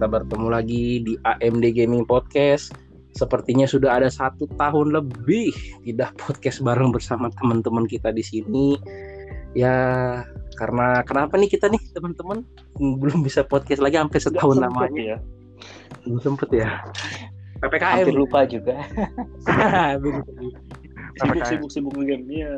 kita bertemu lagi di AMD Gaming Podcast. Sepertinya sudah ada 1 tahun lebih tidak podcast bareng bersama teman-teman kita di sini. Ya, karena kenapa nih kita nih teman-teman belum bisa podcast lagi sampai setahun namanya. Ya. Belum sempet ya. PPKM. Hampir lupa juga. Sibuk game. Iya.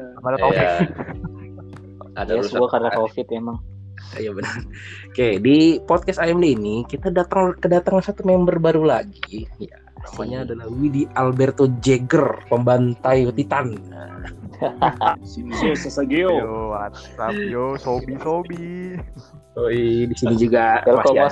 Ada semua karena COVID emang. Iya benar. Oke, di podcast AMD ini kita kedatangan satu member baru lagi. Ya, namanya adalah Widi Alberto Jagger, pembantai Titan. Yo, Sasageo. Yo, WhatsApp yo, Sobi. Oi, di sini juga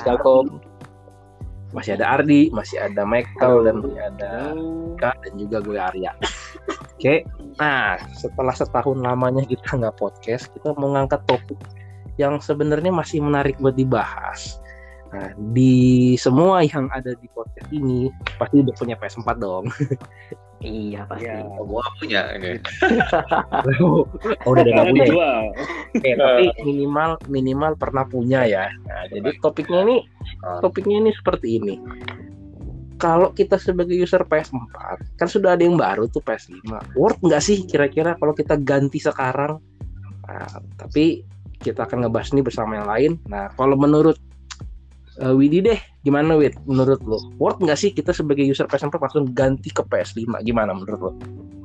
masih ada Ardi, masih ada Michael, dan masih ada Kak, dan juga gue Arya. Oke, nah setelah setahun lamanya kita nggak podcast, kita mau ngangkat topik yang sebenarnya masih menarik buat dibahas. Nah, di semua yang ada di podcast ini pasti udah punya PS4 dong. Iya pasti. Ya. Gua punya ini. Udah ada nggak punya. Dijual. Oke, tapi minimal pernah punya ya. Nah, jadi topiknya ini seperti ini. Kalau kita sebagai user PS4 kan sudah ada yang baru tuh PS5. Worth nggak sih kira-kira kalau kita ganti sekarang? Nah, tapi kita akan ngebahas ini bersama yang lain. Nah, kalau menurut Widi deh, gimana Wid? Menurut lo, worth nggak sih kita sebagai user PS4 langsung ganti ke PS5? Gimana menurut lo?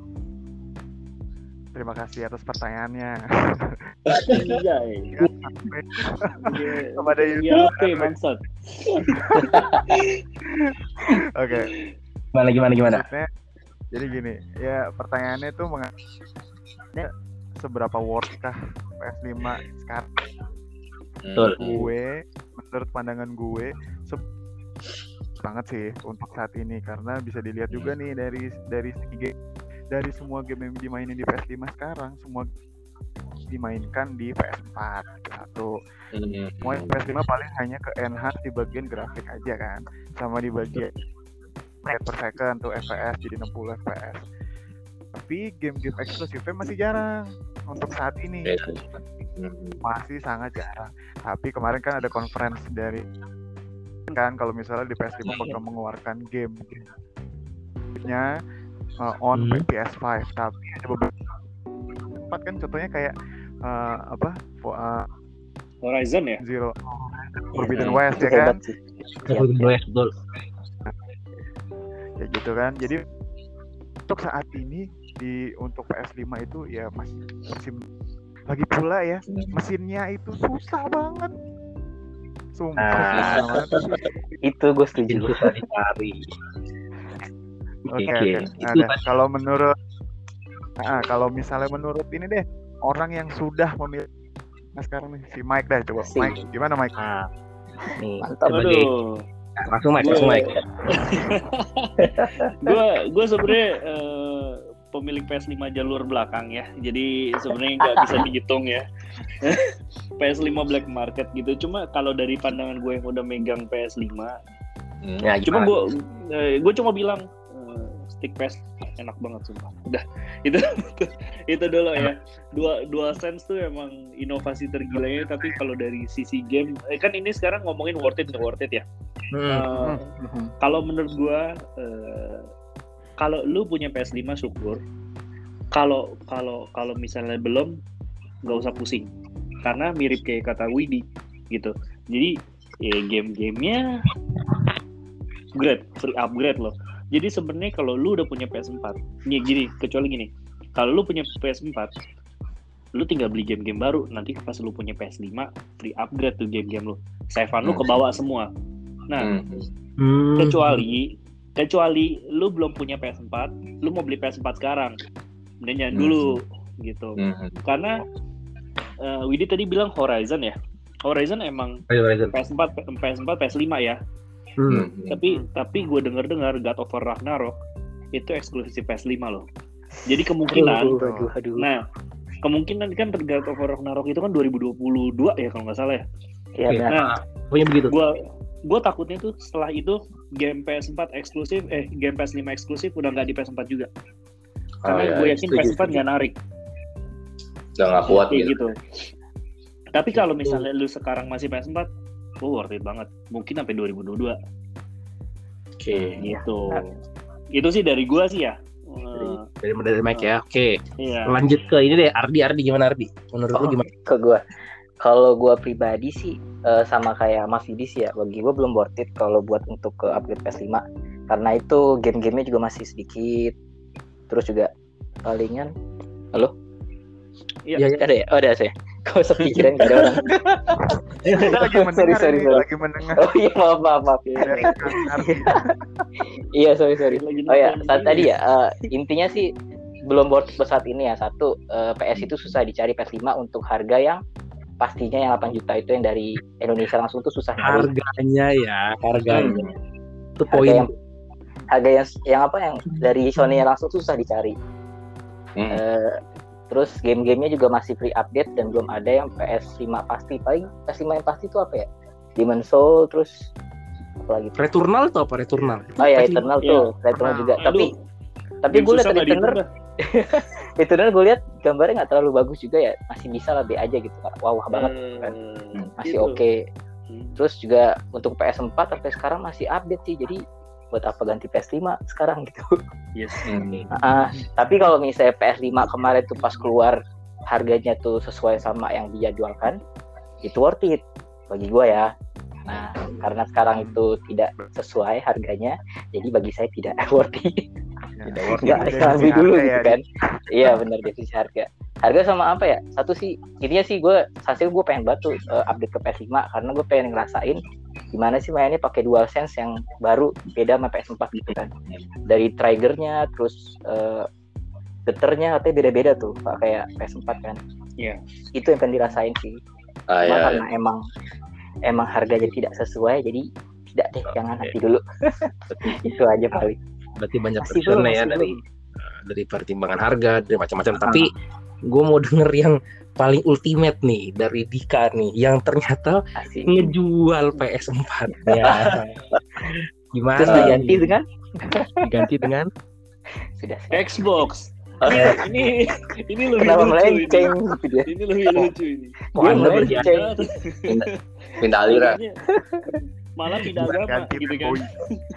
Terima kasih atas pertanyaannya. Iya. Kepada Iya, oke, bangsat. Oke. Gimana? Jadi gini, ya pertanyaannya tuh seberapa worth-kah PS5 sekarang? Betul. Menurut pandangan gue banget sih untuk saat ini, karena bisa dilihat juga nih dari segi game, dari semua game yang dimainin di PS5 sekarang semua dimainkan di PS4 satu. Semua PS5 paling hanya ke enhance di bagian grafik aja kan, sama di bagian frame per second tuh FPS jadi 60 FPS. Tapi game-game eksklusifnya masih jarang untuk saat ini. Masih sangat jarang. Tapi kemarin kan ada conference dari kan kalau misalnya di PS5 bakal mengeluarkan game-nya on PS5, tapi ada beberapa tempat kan, contohnya kayak Horizon ya? Zero Forbidden West ya kan? Forbidden West, betul. Ya gitu kan. Jadi untuk saat ini untuk PS5 itu ya masih lagi pula ya mesinnya itu susah banget. Sumpah. Itu gue setuju. Susah dicari. Oke. Nah, kalau misalnya menurut ini deh, orang yang sudah memilih sekarang nih, si Mike dah, coba Mike, gimana Mike? Nih, mantap. Langsung Mike. Gue sebenarnya pemilik PS5 jalur belakang ya, jadi sebenarnya nggak bisa dihitung ya. PS5 black market gitu. Cuma kalau dari pandangan gue yang udah megang PS5, cuma gue cuma bilang stick PS enak banget sumpah. Udah itu dulu ya. DualSense tuh emang inovasi tergilanya, tapi kalau dari sisi game kan ini sekarang ngomongin worth it ya. Kalau menurut gue kalau lu punya PS5 syukur. Kalau misalnya belum, nggak usah pusing. Karena mirip kayak kata Widi gitu. Jadi ya game-gamenya free upgrade loh. Jadi sebenarnya kalau lu udah punya PS4, kecuali gini, kalau lu punya PS4, lu tinggal beli game-game baru. Nanti pas lu punya PS5, free upgrade tuh game-game lu. Save-an lu kebawa semua. Nah, kecuali lu belum punya PS4, lu mau beli PS4 sekarang, mending jangan dulu gitu. Karena Widi tadi bilang Horizon ya. Horizon emang PS4, PS5 ya. Tapi gue dengar God of War Ragnarok itu eksklusif PS5 loh. Jadi kemungkinan, nah kemungkinan kan God of War Ragnarok itu kan 2022 ya kalau nggak salah ya. Iya benar. Nah, begitu. Gue takutnya tuh setelah itu game PS4 eksklusif, game PS5 eksklusif udah nggak di PS4 juga. Karena gue yakin PS4 nggak narik. Udah nggak kuat gitu. Tapi kalau misalnya lu sekarang masih PS4, worth it banget. Mungkin sampai 2022 Oke. gitu. Itu sih dari gua sih ya. Dari Mike ya. Oke. Iya. Lanjut ke ini deh, Ardi gimana Ardi? Menurut lu gimana? Ke gue, kalau gue pribadi sih sama kayak Mas Yudi sih ya, bagi gue belum worth it kalau buat untuk ke upgrade PS5, karena itu game-gamenya juga masih sedikit, terus juga palingan Iya. ada ya, ada saya. Kau sepikiran gak ada orang. Kita lagi mendengar Sorry. lagi mendengar Oh iya, maaf. dari Kang Ardi. Iya, sorry. Lagi Oh ya, nonton saat ini. tadi ya, intinya sih belum worth it saat ini ya. Satu, PS itu susah dicari, PS5 untuk harga yang pastinya yang 8 juta itu yang dari Indonesia langsung tuh susah nyari. Harganya. Itu Harga poin. harga yang dari Sony langsung susah dicari. Terus game-gamenya juga masih free update dan belum ada yang PS5 pasti. Paling PS5 yang pasti itu apa ya? Demon's Soul, terus apa lagi? Returnal atau apa Returnal? Oh ya, PS5. Eternal Iya. tuh, Returnal juga. Aduh, Tapi game gue lihat susah nggak Eternal, dihitung dah. Eternal gue lihat gambarnya nggak terlalu bagus juga ya, masih bisa lah B aja gitu, wah banget, masih gitu. oke. Terus juga untuk PS4 sampai sekarang masih update sih, jadi buat apa ganti PS5 sekarang gitu. Yes. Tapi kalau misalnya PS5 kemarin tuh pas keluar harganya tuh sesuai sama yang dia jualkan, itu worth it bagi gue ya. Nah, karena sekarang itu tidak sesuai harganya, jadi bagi saya tidak worth it. Ya. Enggak, Definisi beli dulu harga gitu ya, kan. Iya benar, definisi harga. Harga sama apa ya? Satu sih, intinya sih gue pengen banget tuh update ke PS5 karena gue pengen ngerasain gimana sih mainnya pakai DualSense yang baru, beda sama PS4 gitu kan. Dari triggernya, terus getternya katanya beda-beda tuh, kayak PS4 kan. Iya. Itu yang pengen dirasain sih. Cuma karena emang harganya tidak sesuai, jadi tidak deh, jangan nanti dulu. Itu aja paling. Berarti banyak Masih concern ya belum. dari pertimbangan harga, dari macam-macam. Tapi gue mau denger yang paling ultimate nih dari Dika nih, yang ternyata Asik. ngejual PS4 ya. Gimana? Terus diganti dengan Diganti dengan sudah. Xbox. Ini lebih Kenapa lucu melenceng ini. gitu dia? Ini lebih lucu ini. Dia Anda melenceng. Pindah aliran. Malah pindah agama ganti gitu kan. Boy.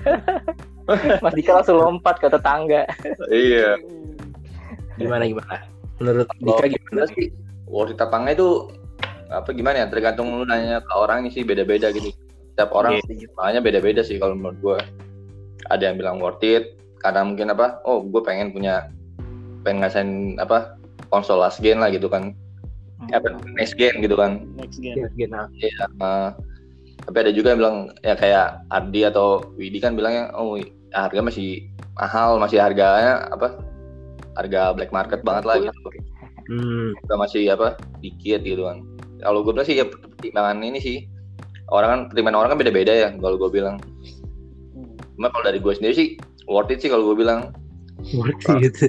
Mas Dika langsung lompat ke tetangga. Iya. gimana? Menurut Dika gimana? Sih worth it apa enggak itu apa gimana ya, tergantung lu nanya ke orang ini sih, beda-beda gitu. Setiap orang makanya beda-beda sih kalau menurut gue. Ada yang bilang worth it karena mungkin gue pengen ngerasain konsol last gen lah gitu kan. Next gen gitu kan. Next gen. Iya. Tapi ada juga yang bilang ya kayak Ardi atau Widi kan bilangnya harga masih mahal, masih harganya harga black market banget lah gitu. Udah masih dikit gitu kan. Kalau gue bilang sih ya pertimbangan ini sih, pertimbangan orang kan beda-beda ya kalau gue bilang. Cuma kalau dari gue sendiri sih worth it sih kalau gue bilang. Worth it.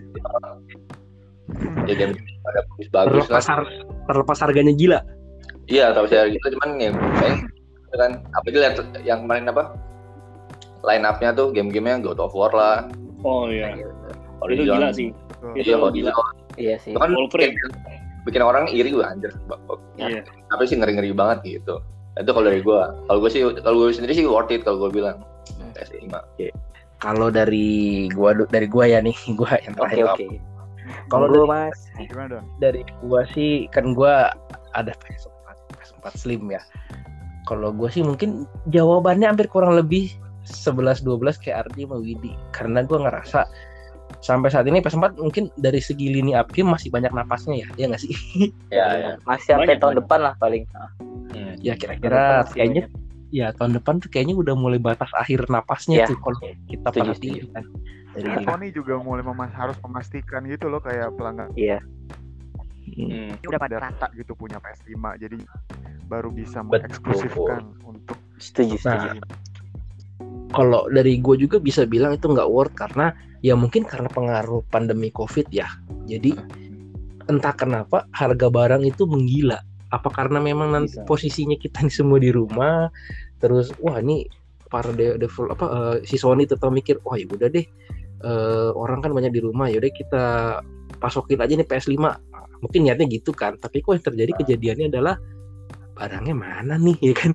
Ya game ada bagus lah. Terlepas harganya gila. Iya, tapi saya gitu cuman ya kan apalagi lihat yang kemarin line up-nya tuh game-gamenya God of War lah. Oh iya. Itu Horizon. gila sih. Iya, Itu gila. Iya sih. Itu kan Full frame. bikin orang iri gue anjir. Iya. Tapi sih ngeri-ngeri banget gitu. Itu kalau dari gue. Kalau gue sendiri sih worth it kalau gue bilang. PS5. Kalau dari gua ya nih, gua yang terakhir. Oke. Kalau Monggo, Mas. Gimana dong? dari gua sih kan gua ada PS4 Slim ya. Kalau gua sih mungkin jawabannya hampir kurang lebih 11-12 kayak Ardi sama Widi, karena gua ngerasa sampai saat ini PS4 mungkin dari segi lini up game masih banyak napasnya ya nggak sih? Ya. Masih sampai Banyak, tahun banyak. depan lah paling. Ya kira-kira Tahun depan kayaknya ya tahun depan tuh kayaknya udah mulai batas akhir napasnya Ya. tuh kalau kita Setuju, perhatiin kan. Dari Kan Sony juga mulai harus memastikan gitu loh, kayak pelanggan Iya. udah pada rata gitu punya PS5, jadi baru bisa Betul. mengeksklusifkan untuk Setuju. Nah, kalau dari gue juga bisa bilang itu nggak worth karena ya mungkin karena pengaruh pandemi COVID ya. Jadi entah kenapa harga barang itu menggila. Apa karena memang nanti Bisa. posisinya kita ini semua di rumah, terus wah ini para si Sony tetap mikir wah ya udah deh, orang kan banyak di rumah, ya udah kita pasokin aja nih PS5. Mungkin niatnya gitu kan, tapi kok yang terjadi kejadiannya adalah barangnya mana nih ya kan,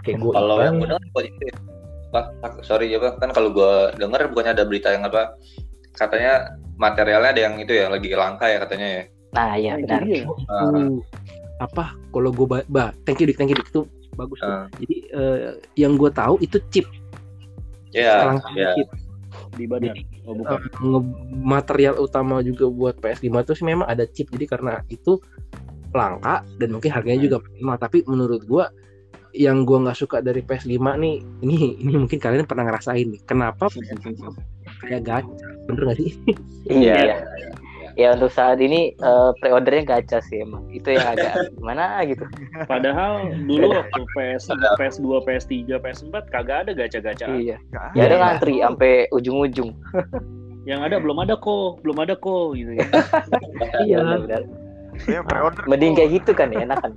Kayak gue Kalau yang gue dengar itu sorry ya Pak, kan kalau gue dengar bukannya ada berita yang apa katanya materialnya ada yang itu ya lagi langka ya katanya ya. Nah iya benar. Apa kalau gue thank you Dik itu bagus tuh. Jadi yang gue tahu itu chip. Iya. Chip di badan. Oh bukan. Material utama juga buat PS5 itu sih memang ada chip. Jadi karena itu langka dan mungkin harganya juga mahal. Tapi menurut gue yang gue nggak suka dari PS5 nih, ini mungkin kalian pernah ngerasain nih. Kenapa kayak gacha? Bener nggak sih? Iya. Ya untuk saat ini pre-ordernya gacha sih emang. Itu yang agak gimana gitu. Padahal dulu waktu PS2, PS3, PS4 kagak ada gacha-gacaan. Iya. Ya ada ngantri sampai ujung-ujung. Yang ada belum ada kok gitu ya. Iya benar. Mending kayak gitu kan ya, enak kan.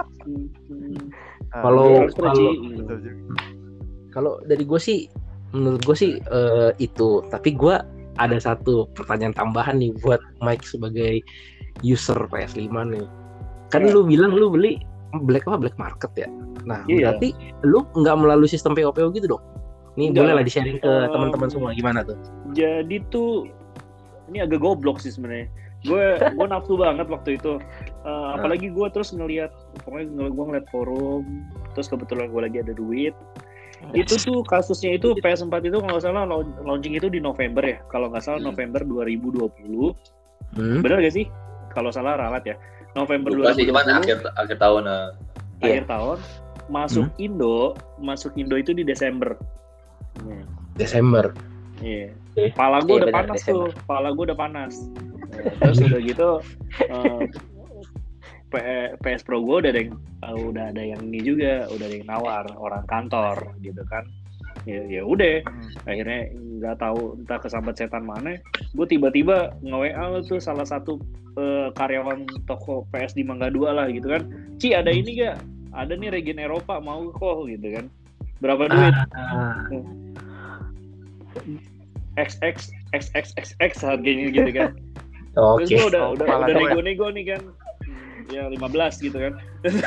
Kalau dari gue sih, menurut gue sih itu. Tapi gue ada satu pertanyaan tambahan nih buat Mike sebagai user PS5 nih. Kan lu bilang lu beli black market ya. Nah, berarti lu nggak melalui sistem PO gitu dong? Nih boleh lah di-sharing ke teman-teman semua gimana tuh? Jadi tuh ini agak goblok sih sebenarnya. Gue nafsu banget waktu itu. Apalagi gue terus ngelihat forum, terus kebetulan gue lagi ada duit. Itu tuh kasusnya itu PS4 itu kalau nggak salah launching itu di November ya, kalau nggak salah November 2020. Benar gak sih? Kalau salah ralat ya. November 2020. Akhir tahun. Akhir tahun. Masuk Indo itu di Desember. Desember. Iya. Pala gue udah panas Desember. Pala gue udah panas. Terus udah gitu PS Pro gue udah ada yang ini juga, udah ada yang nawar orang kantor gitu kan. Ya udah, akhirnya nggak tahu entah kesambet setan mana, gue tiba-tiba nge-WA tuh salah satu karyawan toko PS di Mangga 2 lah gitu kan. Ci ada ini gak? Ada nih Regen Eropa mau kok gitu kan. Berapa duit? XXXXX harganya gitu kan. Terus gue udah nego-nego nih kan. Ya 15 gitu kan.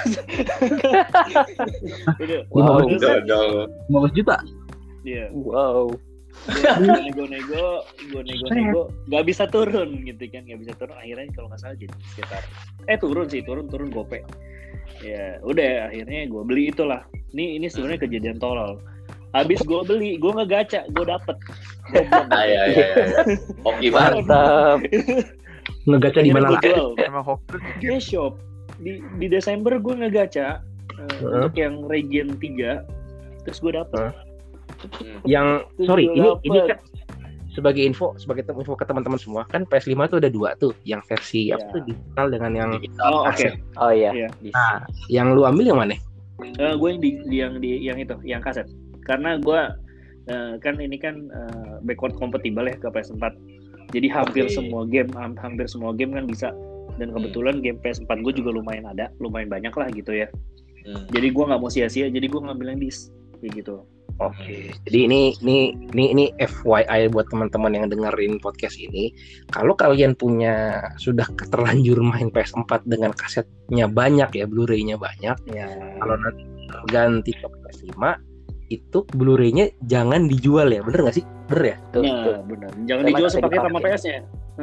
Wow. 15 juta. Iya. Wow. Gue nego-nego, nggak bisa turun gitu kan, Akhirnya kalau nggak salah jadi sekitar turun gope. Ya udah akhirnya gue beli itulah. Ini sebenarnya kejadian tolol. Habis gue beli, gue ngegaca, gue dapet. Iya. Oke mantap. Ngegaca di mana? Emang hoki. Di shop di Desember gue ngegaca untuk yang Regen 3, terus gue dapet. Yang ini kan sebagai info ke teman-teman semua kan PS5 tuh ada 2 tuh, yang versi apa tuh digital dengan yang kaset. Oh iya. Nah, yang lu ambil yang mana? Gue yang yang kaset. Karena gue kan ini kan backward compatible ya ke PS4. Jadi hampir semua game kan bisa. Dan kebetulan game PS4 gue juga lumayan banyak lah gitu ya. Jadi gue nggak mau sia-sia, jadi gue ngambil yang disc kayak gitu. Oke. Jadi ini FYI buat teman-teman yang dengerin podcast ini, kalau kalian sudah terlanjur main PS4 dengan kasetnya banyak ya, Blu-ray-nya banyak. Ya. Kalau nanti ganti ke PS5 itu Blu-ray-nya jangan dijual ya, bener nggak sih? Bener ya? Nah, bener. Jangan dijual sepaket sama PS-nya.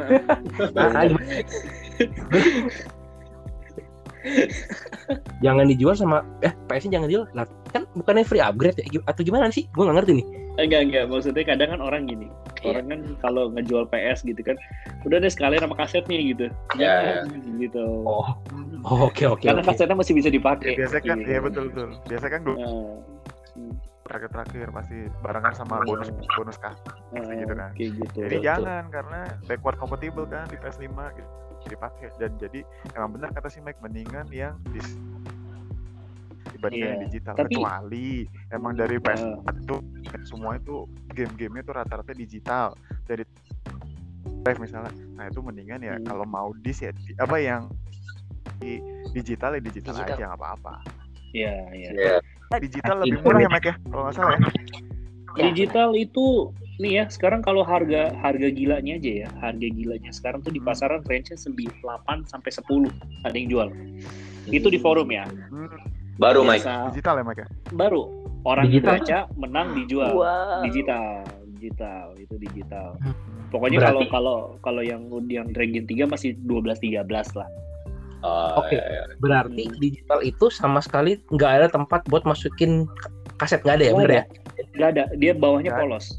Jangan dijual sama PS-nya jangan dijual. Lah, kan bukannya free upgrade ya? Atau gimana sih? Gue nggak ngerti nih. Enggak. Maksudnya kadang kan orang gini. Orang kan kalau ngejual PS gitu kan, udah deh sekalian sama kasetnya gitu. Jangan gitu. Oke. Karena kasetnya masih bisa dipakai. Biasa kan, iya betul. Biasa kan terakhir pasti barengan sama bonus gitu kan. Gitu. Jadi jangan, karena backward compatible kan di PS5 gitu dipakai. Dan jadi emang benar kata si Mike, mendingan yang dibandingkan yang digital. Kecuali emang dari PS4 itu semua itu game-gamenya tuh rata-rata digital dari drive misalnya. Nah itu mendingan ya kalau mau disc ya yang di digital aja nggak apa-apa. Iya. Digital lebih murah ya Mike ya kalau nggak salah ya. Digital itu nih ya, sekarang kalau harga gilanya aja ya, harga gilanya sekarang tuh di pasaran range-nya 8 sampai 10 ada yang jual. Itu di forum ya. Baru Mike. Digital ya Mike ya. Baru Orang Digital? baca menang dijual. Wow. Digital itu digital. Pokoknya Berarti- kalau yang Dragon 3 masih 12-13 lah. Oke. Berarti digital itu sama sekali nggak ada tempat buat masukin kaset, nggak ada ya, Nggak bener ada. ya? Nggak ada, dia bawahnya Nggak. polos.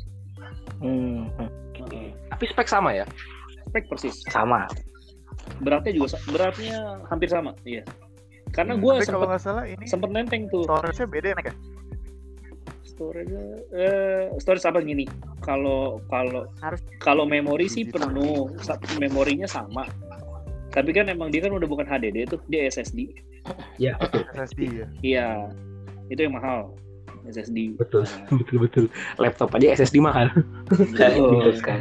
Tapi spek sama ya? Spek persis. Sama. Beratnya hampir sama, iya. Karena gue Tapi kalau nggak salah ini sempet nenteng tuh. storage-nya beda ya, Nek, ya? Storage apa gini? Kalau memori sih Digital. penuh, memorinya sama. Tapi kan emang dia kan udah bukan HDD tuh, dia SSD. Ya, SSD ya. Iya, itu yang mahal. SSD. betul. Betul. Laptop aja SSD mahal. Betul sekali.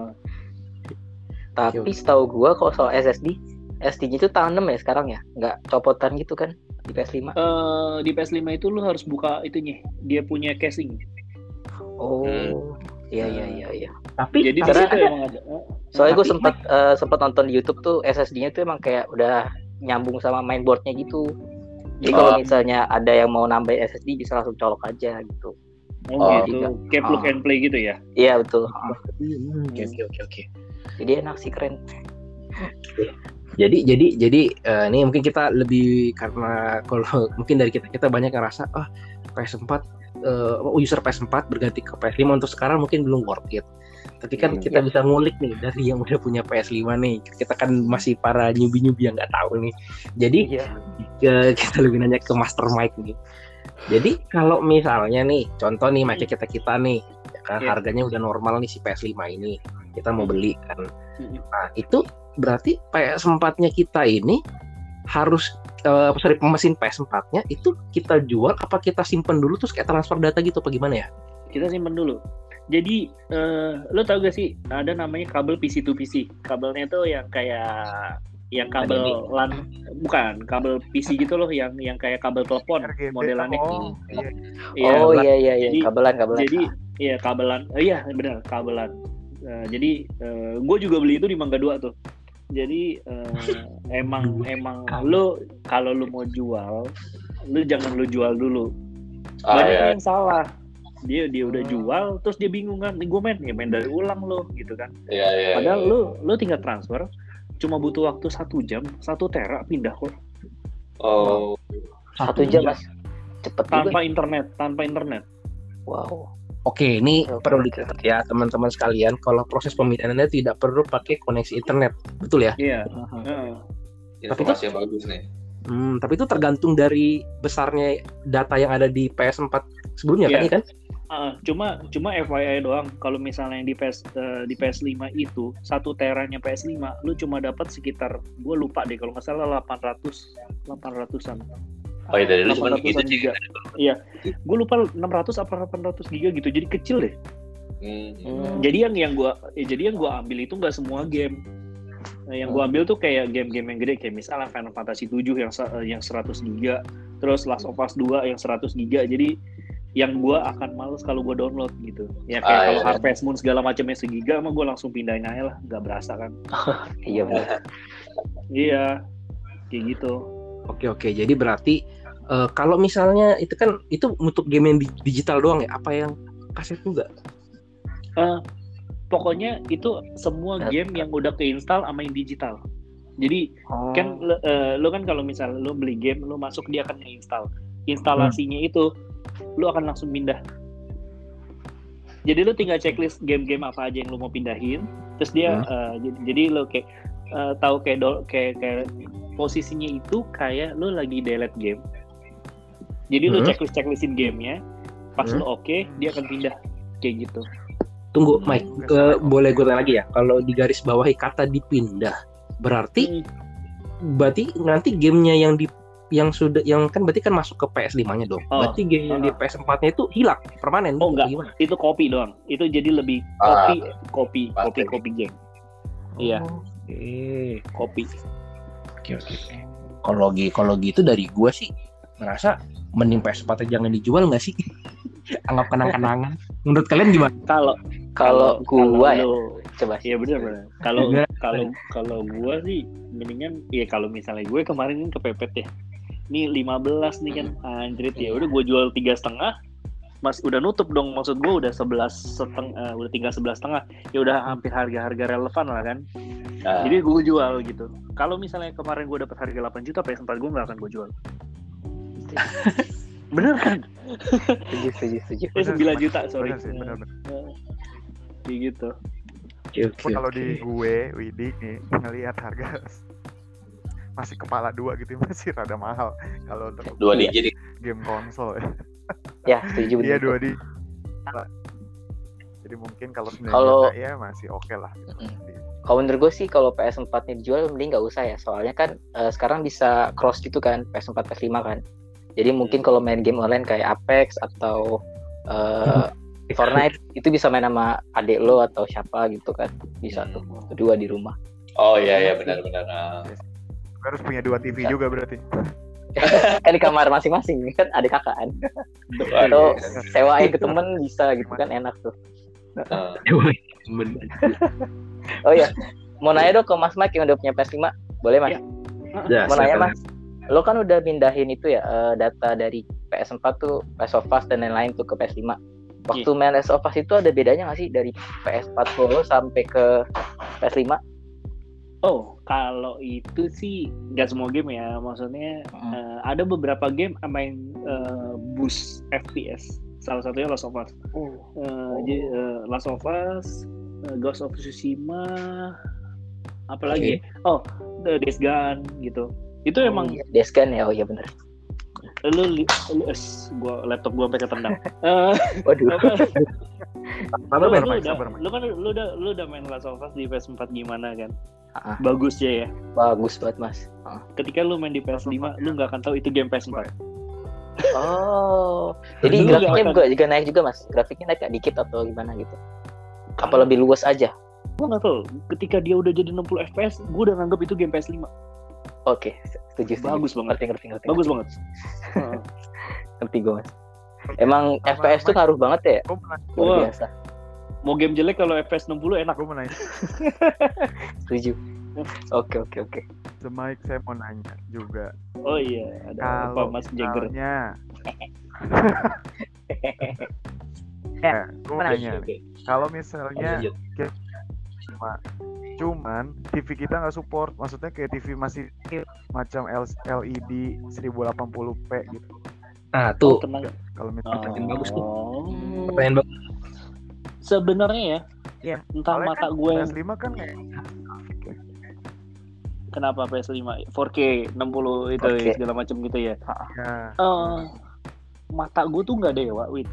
Tapi setahu gua kalau soal SSD itu tanem ya sekarang ya, nggak copotan gitu kan di PS5. Di PS5 itu lu harus buka itunya, dia punya casing. Oh, iya. Tapi Jadi di Karena- situ emang ada. Soalnya gue Tapi- sempat nonton di YouTube tuh SSD-nya tuh emang kayak udah nyambung sama mainboardnya gitu. Jadi kalau misalnya ada yang mau nambahin SSD bisa langsung colok aja gitu. Oh, gitu. gitu. Kayak plug and play gitu ya. Iya betul. Oke. Jadi enak sih, keren. Jadi ini mungkin kita lebih, karena kalau mungkin dari kita banyak yang rasa PS4 user PS4 berganti ke PS5 untuk sekarang mungkin belum worth it. Tapi kan kita bisa ngulik nih dari yang udah punya PS5 nih. Kita kan masih para newbie yang nggak tahu nih. Jadi kita lebih nanya ke Master Mike nih. Jadi kalau misalnya nih, contoh nih macam kita nih, ya kan harganya udah normal nih si PS5 ini, kita mau beli kan. Nah itu berarti PS4-nya kita ini harus mesin PS4-nya itu kita jual apa kita simpen dulu terus kayak transfer data gitu apa gimana ya? Kita simpen dulu. Jadi lo tau gak sih ada namanya kabel PC to PC. Kabelnya tuh yang kayak kabel LAN, bukan kabel PC gitu loh, yang kayak kabel telepon RGB. modelannya. Oh, iya. Iya. Jadi- Kabelan. Jadi iya kabelan. Iya benar kabelan. Jadi gue juga beli itu di Mangga 2 tuh. Jadi emang lo kalau lo mau jual, lo jangan lo jual dulu. Banyak yang salah. Dia udah jual terus dia bingung kan, nih gue main dari ulang lo gitu kan. Padahal lo tinggal transfer, cuma butuh waktu 1 jam, 1 tera pindah kok. 1 jam mas, cepet Tanpa juga. internet. Wow. Oke, ini Oke. perlu dicatat ya teman-teman sekalian, kalau proses pemindahannya tidak perlu pakai koneksi internet, betul ya? Iya. Informasi yang bagus nih. Tapi itu tergantung dari besarnya data yang ada di PS4 sebelumnya kan, Iya. iya kan? Cuma FYI doang, kalau misalnya yang di PS5 itu 1 teranya PS5 lu cuma dapat sekitar, gue lupa deh kalau nggak salah 800-an. Oh iya, dari lu cuma 800-an gitu sih. giga. Iya, gue lupa 600 apa 800 giga gitu, jadi kecil deh. Jadi yang gue ambil itu nggak semua game. Yang gue ambil tuh kayak game-game yang gede, kayak misalnya Final Fantasy 7 yang 100 giga, terus Last of Us 2 yang 100 giga. Jadi yang gue akan males kalau gue download gitu. Ya kayak kalau iya. Harvest Moon segala macamnya segiga, mah gue langsung pindahin aja lah, nggak berasa kan. Iya benar. Iya, kayak gitu. Oke, jadi berarti kalau misalnya itu kan itu untuk game yang digital doang ya, apa yang kaset juga? Pokoknya itu semua game yang udah keinstall sama yang digital. Jadi kan lo kan kalau misalnya lo beli game, lo masuk dia akan nge-install. Instalasinya itu lo akan langsung pindah. Jadi lo tinggal checklist game-game apa aja yang lo mau pindahin, terus dia jadi lo kayak tahu kayak posisinya itu kayak lo lagi delete game. Jadi lo checklistin gamenya, pas lo oke, dia akan pindah kayak gitu. Tunggu, Mike, boleh gue tanya lagi ya? Kalau di garis bawahi kata dipindah, berarti nanti gamenya yang kan berarti kan masuk ke PS5-nya dong. Berarti game yang di PS4-nya itu hilang permanen. Oh enggak, gimana? itu copy doang. Itu jadi lebih copy game. Iya. Copy. Oke. Kalau gitu dari gue sih merasa mending PS4 jangan dijual nggak sih? Anggap kenang-kenangan. Menurut kalian gimana? Kalau gua ya, coba. Iya benar. Kalau gua sih mendingan ya kalau misalnya gue kemarin kan kepepet ya. Nih 15 nih kan anjrit ya udah gue jual 3,5 udah nutup dong, maksud gue udah 11,5, udah tinggal 11,5, ya udah hampir harga relevan lah kan. Jadi gue jual gitu. Kalau misalnya kemarin gue dapat harga 8 juta, PS4 gue nggak akan gue jual. Beneran? Setuju. 9 juta, sorry. Bener. Kayak gitu. Kalau di gue, Widi nih ngelihat harga masih kepala 2 gitu masih rada mahal kalau untuk 2 digit game konsol ya. Ya, setuju Iya betul. 2 digit. Jadi mungkin kalau 9 Kalau- juta ya masih oke lah gitu. Kalau menurut gue sih kalau PS4-nya dijual mending nggak usah ya. Soalnya kan sekarang bisa cross gitu kan, PS4 PS5 kan. Jadi mungkin kalau main game online kayak Apex atau Fortnite itu bisa main sama adik lo atau siapa gitu kan. Bisa tuh berdua di rumah. Oh iya benar. Harus punya 2 TV juga berarti. Kan di kamar masing-masing kan adik kakak kan. Atau sewain ke temen bisa gitu kan, enak tuh. Oh iya, mau nanya dong ke Mas Mike yang udah punya PS5, boleh Mas? Ya, Mau nanya silakan. Mas, lo kan udah pindahin itu ya data dari PS4 tuh, Last of Us dan lain-lain tuh ke PS5. Waktu main Last of Us itu ada bedanya nggak sih dari PS4 Pro sampai ke PS5? Oh, kalau itu sih nggak semua game ya, maksudnya ada beberapa game main boost FPS. Salah satunya Last of Us. Last of Us, Ghost of Tsushima, apalagi? Oh, The Days Gone gitu. Itu emang Days Gone ya, oh iya benar. gua laptop gua sampai ketendang. Waduh. Lu udah main Last of Us di PS4 gimana kan? Bagus ya. Bagus banget Mas. Ketika lu main di PS5, lu nggak akan tahu itu game PS4. Oh, jadi Lu grafiknya nggak juga naik juga Mas. Grafiknya naik dikit atau gimana gitu? Apa lebih luas aja? Gua nggak tahu. Ketika dia udah jadi 60 FPS, gua udah nganggap itu game PS5. Oke, setuju. Bagus banget. Ngerti. Bagus banget. Ngerti gue Mas. Emang FPS tuh ngaruh banget ya? Gue menanya, Luar Wah. biasa. Mau game jelek kalau FPS 60 enak. gue menanya. Setuju. Oke. The Mike, saya mau nanya juga. Oh iya, ada apa Kalau Mas Jagger? misalnya, gue mau Mana? nanya. Kalau misalnya cuman TV kita nggak support, maksudnya kayak TV masih macam LED 1080p gitu. Nah, tuh Tenang. Kalau misalnya Pertanyaan bagus tuh. Oh. pertanyaan bagus. Sebenarnya ya, Iya. entah soalnya mata kan gue yang PS5 kan kayak kenapa PS5 4K 60 itu 4K. segala macam gitu ya. ya, Mata gue tuh nggak dewa, Win.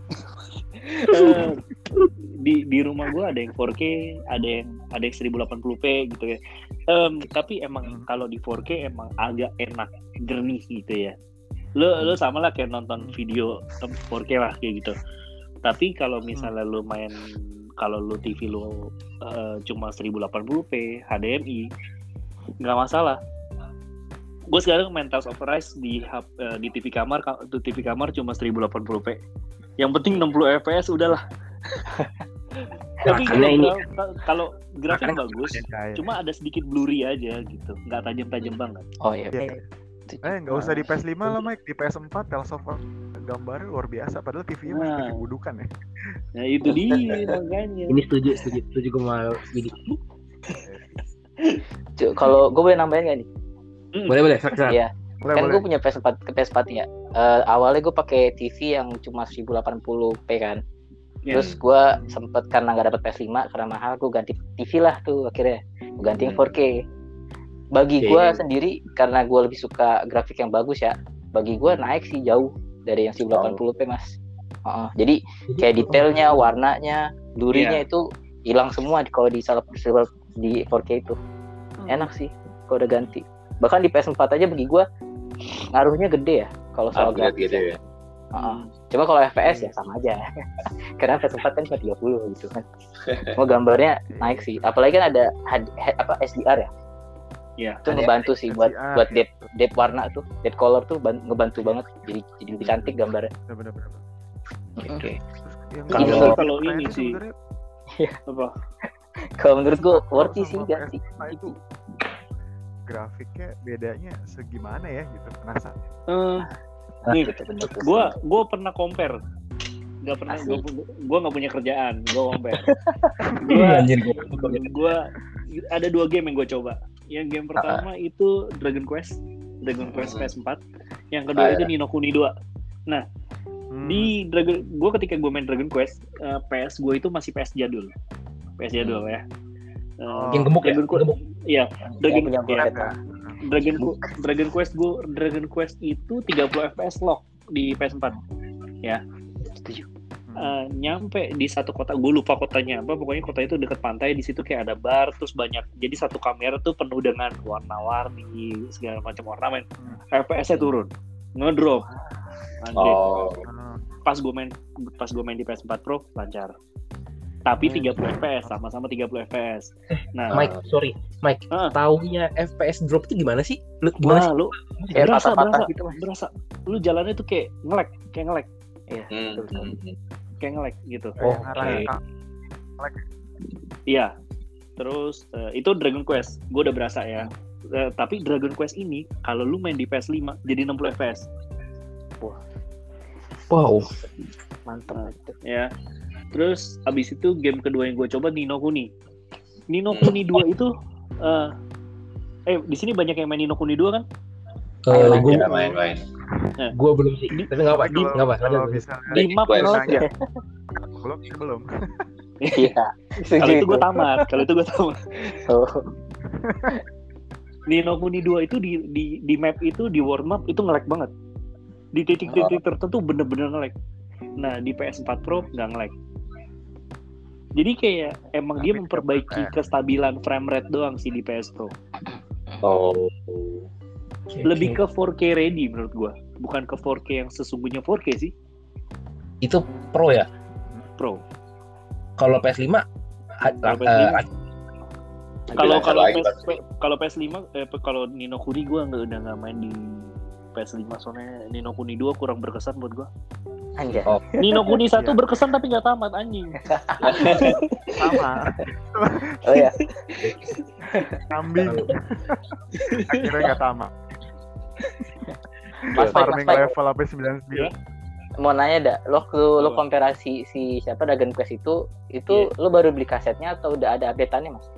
Di rumah gue ada yang 4K, ada yang 1080p gitu ya. Tapi emang kalau di 4K emang agak enak, jernih gitu ya. Lo sama lah kayak nonton video 4K lah kayak gitu. Tapi kalau misalnya lo main, kalau lo TV lo cuma 1080p HDMI, nggak masalah. Gue sekarang main Tales of Arise di TV kamar, TV kamar cuma 1080p. Yang penting 60 fps udahlah. Tapi kalau grafik bagus, cuma ada sedikit blurry aja gitu, nggak tajam-tajam banget. Oh iya. nggak usah di PS5 lah Mike, di PS4 Tales of Arise gambarnya luar biasa, padahal TV-nya masih TV budukan ya. Nah itu dia makanya. Ini setuju gue mau ini. Kalau gue boleh nambahin nggak nih? Boleh sekarang. Iya. Boleh, Kan boleh. gue punya PS4 ya. Awalnya gue pakai TV yang cuma 1080p kan. Ya. Terus gue sempet karena nggak dapet PS5 karena mahal, gue ganti TV lah tuh akhirnya. Gue ganti yang 4K. Bagi gue sendiri karena gue lebih suka grafik yang bagus ya. Bagi gue naik sih jauh dari yang 1080p Mas. Jadi kayak detailnya, warnanya, blurry-nya itu hilang semua kalau di 4K itu. Enak sih kalau udah ganti. Bahkan di PS4 aja bagi gue ngaruhnya gede ya kalau soal grafik gitu ya. Cuma kalau FPS ya sama aja. Karena PS4 kan cuma 30 gitu kan. Mau gambarnya naik sih. Apalagi kan ada SDR ya. Iya. Itu ngebantu sih buat depth warna tuh, depth color tuh ngebantu banget. Jadi lebih cantik gambarnya. Bener-bener. Oke. Kalau ini sih apa? Kalau menurut gue worthy sih ganti. Itu grafiknya bedanya segimana ya gitu, penasaran. Nih, gue pernah compare Nggak pernah, Asli. gue nggak punya kerjaan, gue ngomper. Anjir, Gue ada 2 game yang gue coba. Yang game pertama itu Dragon Quest PS4. Yang kedua itu Ni no Kuni 2. Nah, di gue ketika gue main Dragon Quest, PS gue itu masih PS jadul ya. Yang gemuk ya? Dragon Quest, iya. Dragon Quest itu 30 FPS lock di PS4 ya. Setuju. Nyampe di satu kota, gue lupa kotanya apa, pokoknya kota itu dekat pantai, di situ kayak ada bar, terus banyak, jadi satu kamera tuh penuh dengan warna-warni segala macam ornamen. FPS-nya turun, ngedrop, anjir. Pas gue main di PS4 Pro lancar, tapi 30 FPS, sama-sama 30 FPS. Nah, Mike, taunya FPS drop itu gimana sih? Wah, lu Kayak berasa, patah-patah gitu, Mas. berasa. Lu jalannya tuh kayak nge-lag. Iya. Kayak nge-lag gitu. Oke. Iya. Terus itu Dragon Quest, gue udah berasa ya. Tapi Dragon Quest ini kalau lu main di PS5 jadi 60 FPS. Wow. Mantap itu. Ya. Terus abis itu game kedua yang gue coba Ni no Kuni 2 itu di sini banyak yang main Ni no Kuni 2 kan? Main. Gue belum sih, tapi nggak apa. Kalau bisa Di map nge-lag ya. belum. Iya. Kalau itu gue tamat. Oh. Ni no Kuni 2 itu di map itu, di world map itu nge-lag banget. Di titik-titik tertentu bener-bener nge-lag. Nah, di PS4 Pro nggak nge-lag. Jadi kayak emang dia memperbaiki kestabilan frame rate doang sih di PS Pro. Lebih ke 4K ready menurut gua, bukan ke 4K yang sesungguhnya 4K sih. Itu Pro ya? Pro. Kalau PS5 kalau PS5 kalau Ni no Kuni gua udah nggak main di PS5, soalnya Ni no Kuni 2 kurang berkesan buat gua. Anjay. Ni no Kuni 1 berkesan tapi nggak tamat, anjing. sama Oh ya. kambing akhirnya nggak tamat. Mas Farming Mike. level apa 99. Ya. Mau nanya waktu lo komparasi si siapa Dragon Quest itu lo baru beli kasetnya atau udah ada update-annya, Mas?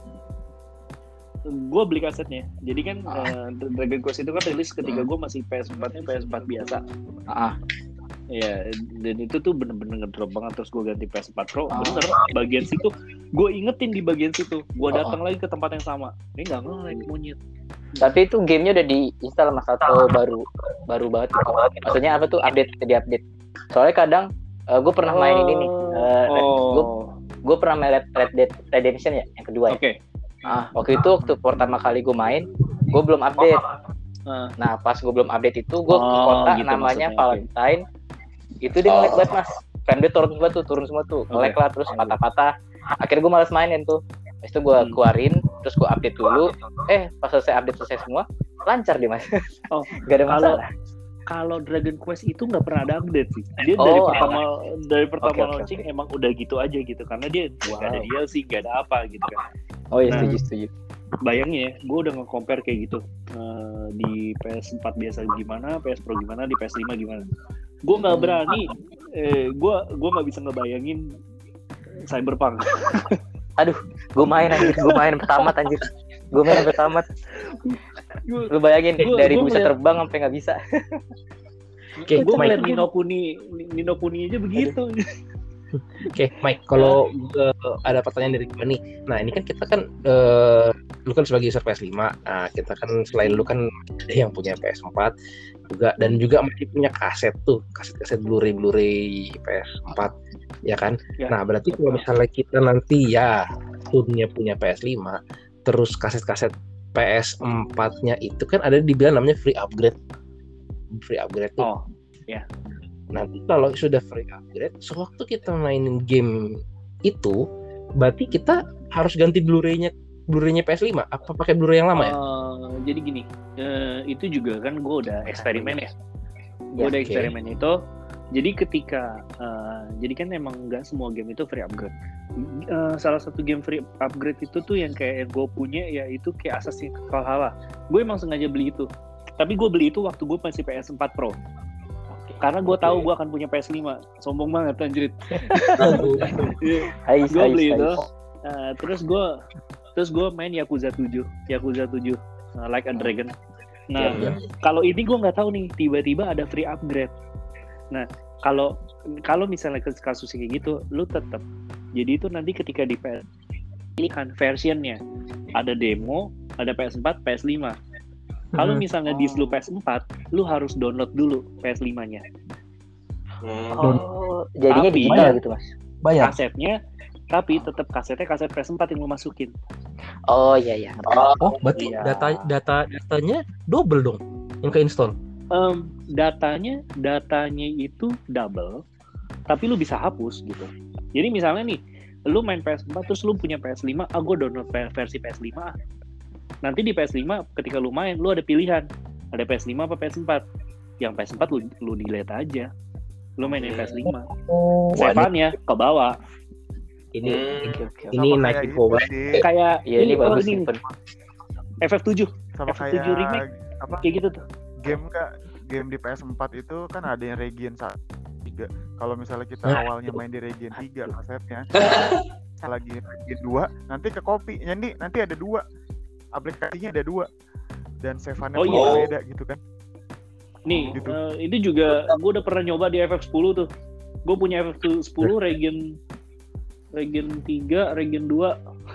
Gue beli kasetnya. Jadi kan Dragon Quest itu kan rilis ketika gue masih PS4-nya PS4 biasa. Iya, dan itu tuh bener-bener ngedrop banget, terus gue ganti PS4 Pro. Bener, bagian situ gue ingetin, di bagian situ gue datang lagi ke tempat yang sama. Ini nggak nge-lag monyet. Tapi itu gamenya udah diinstal Mas atau baru banget gitu. Maksudnya apa tuh update? Soalnya kadang gue pernah main ini nih. Gue pernah main Red Dead Redemption ya, yang kedua ya. Oke. Waktu pertama kali gue main, gue belum update. Nah pas gue belum update itu gue ke kota gitu, namanya Valentine. Itu dia nge-lag banget, Mas. Frame rate turun semua tuh. Nge-lag lah, terus patah-patah. Akhirnya gue malas mainin tuh. Habis itu gue keluarin, terus gue update dulu. Pas selesai semua, lancar dia, Mas. Gak ada masalah. Kalau Dragon Quest itu nggak pernah ada update sih. Dia dari pertama launching emang udah gitu aja gitu, karena dia nggak ada DLC, nggak ada apa gitu kan. Oh iya, setuju. Bayangin ya, gue udah nge-compare kayak gitu. Di PS4 biasa gimana, PS Pro gimana, di PS5 gimana. Gue nggak berani, gue nggak bisa ngebayangin Cyberpunk. Aduh, gue main sampai tamat anjir. Lu bayangin dari bisa terbang sampai nggak bisa. Oke, gue ngeliat Mike. Nino Kuni aja begitu. Oke, Mike, kalau ada pertanyaan dari gue nih. Nah, ini kan kita kan lu kan sebagai user PS5. Nah, kita kan selain lu kan ada yang punya PS4 juga, dan juga masih punya kaset Blu-ray PS4, ya kan? Ya. Nah, berarti kalau misalnya kita nanti ya punya PS5, terus kaset-kaset PS4-nya itu kan ada dibilang namanya free upgrade tuh. Ya. Nanti kalau sudah free upgrade, sewaktu kita mainin game itu, berarti kita harus ganti Blu-ray-nya PS5. Apa pakai Blu-ray yang lama ya? Jadi gini, itu juga kan gue udah eksperimen ya. Eksperimen itu. Jadi ketika, jadi kan emang nggak semua game itu free upgrade. Salah satu game free upgrade itu tuh yang kayak gue punya, yaitu kayak Assassin's Creed Valhalla. Gue emang sengaja beli itu. Tapi gue beli itu waktu gue masih PS4 Pro. Karena gue tahu gue akan punya PS5. Sombong banget anjir. Gue beli itu. Terus gue main Yakuza 7 Like a Dragon. Nah, kalau ini gue nggak tahu nih, tiba-tiba ada free upgrade. Nah, kalau misalnya kasus kayak gitu, lu tetap. Jadi itu nanti ketika di pilihan versionnya ada demo, ada PS4, PS5. Kalau misalnya di lu PS4, lu harus download dulu PS5-nya. Jadinya digital gitu, Mas. Bayar. Kasetnya, tapi tetap kasetnya kaset PS4 yang lu masukin. Oh iya. Oh, berarti datanya double dong yang ke-install. Datanya itu double, tapi lu bisa hapus gitu. Jadi misalnya nih, lu main PS4 terus lu punya PS5, gue download versi PS5. Nanti di PS5 ketika lu main, lu ada pilihan, ada PS5 apa PS4. Yang PS4 lu delete aja. Lu main PS5. Save-nya ke bawah. Ini Sama naik kayak info itu banget. sih. Kayak ini bagus ini simpen. FF7. Sama FF7 kayak remake. apa? Kayak gitu tuh. Game di PS4 itu kan ada yang region 3. Kalau misalnya kita awalnya main di region 3 kasetnya, lagi region 2, nanti ke copy. Nanti ada 2. Aplikasinya ada 2. Dan save-nya pun beda gitu kan. Nih, Gitu. ini juga gue udah pernah nyoba di FF10 tuh. Gue punya FF10 region 3, region 2.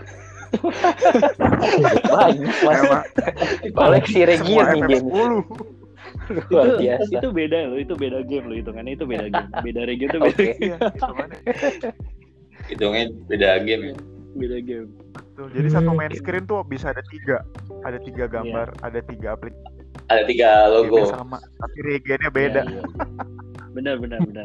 Banyak, Mas. Koleksi region nih dia. Luar biasa. Itu beda loh, itu beda game loh hitungannya, itu beda game. Beda region itu beda. Hitungnya beda game ya. Beda game. Tuh, jadi satu main screen tuh bisa ada 3. Ada 3 gambar, ada 3 aplikasi. Ada 3 logo. Sama, tapi regionnya beda. Iya. Benar.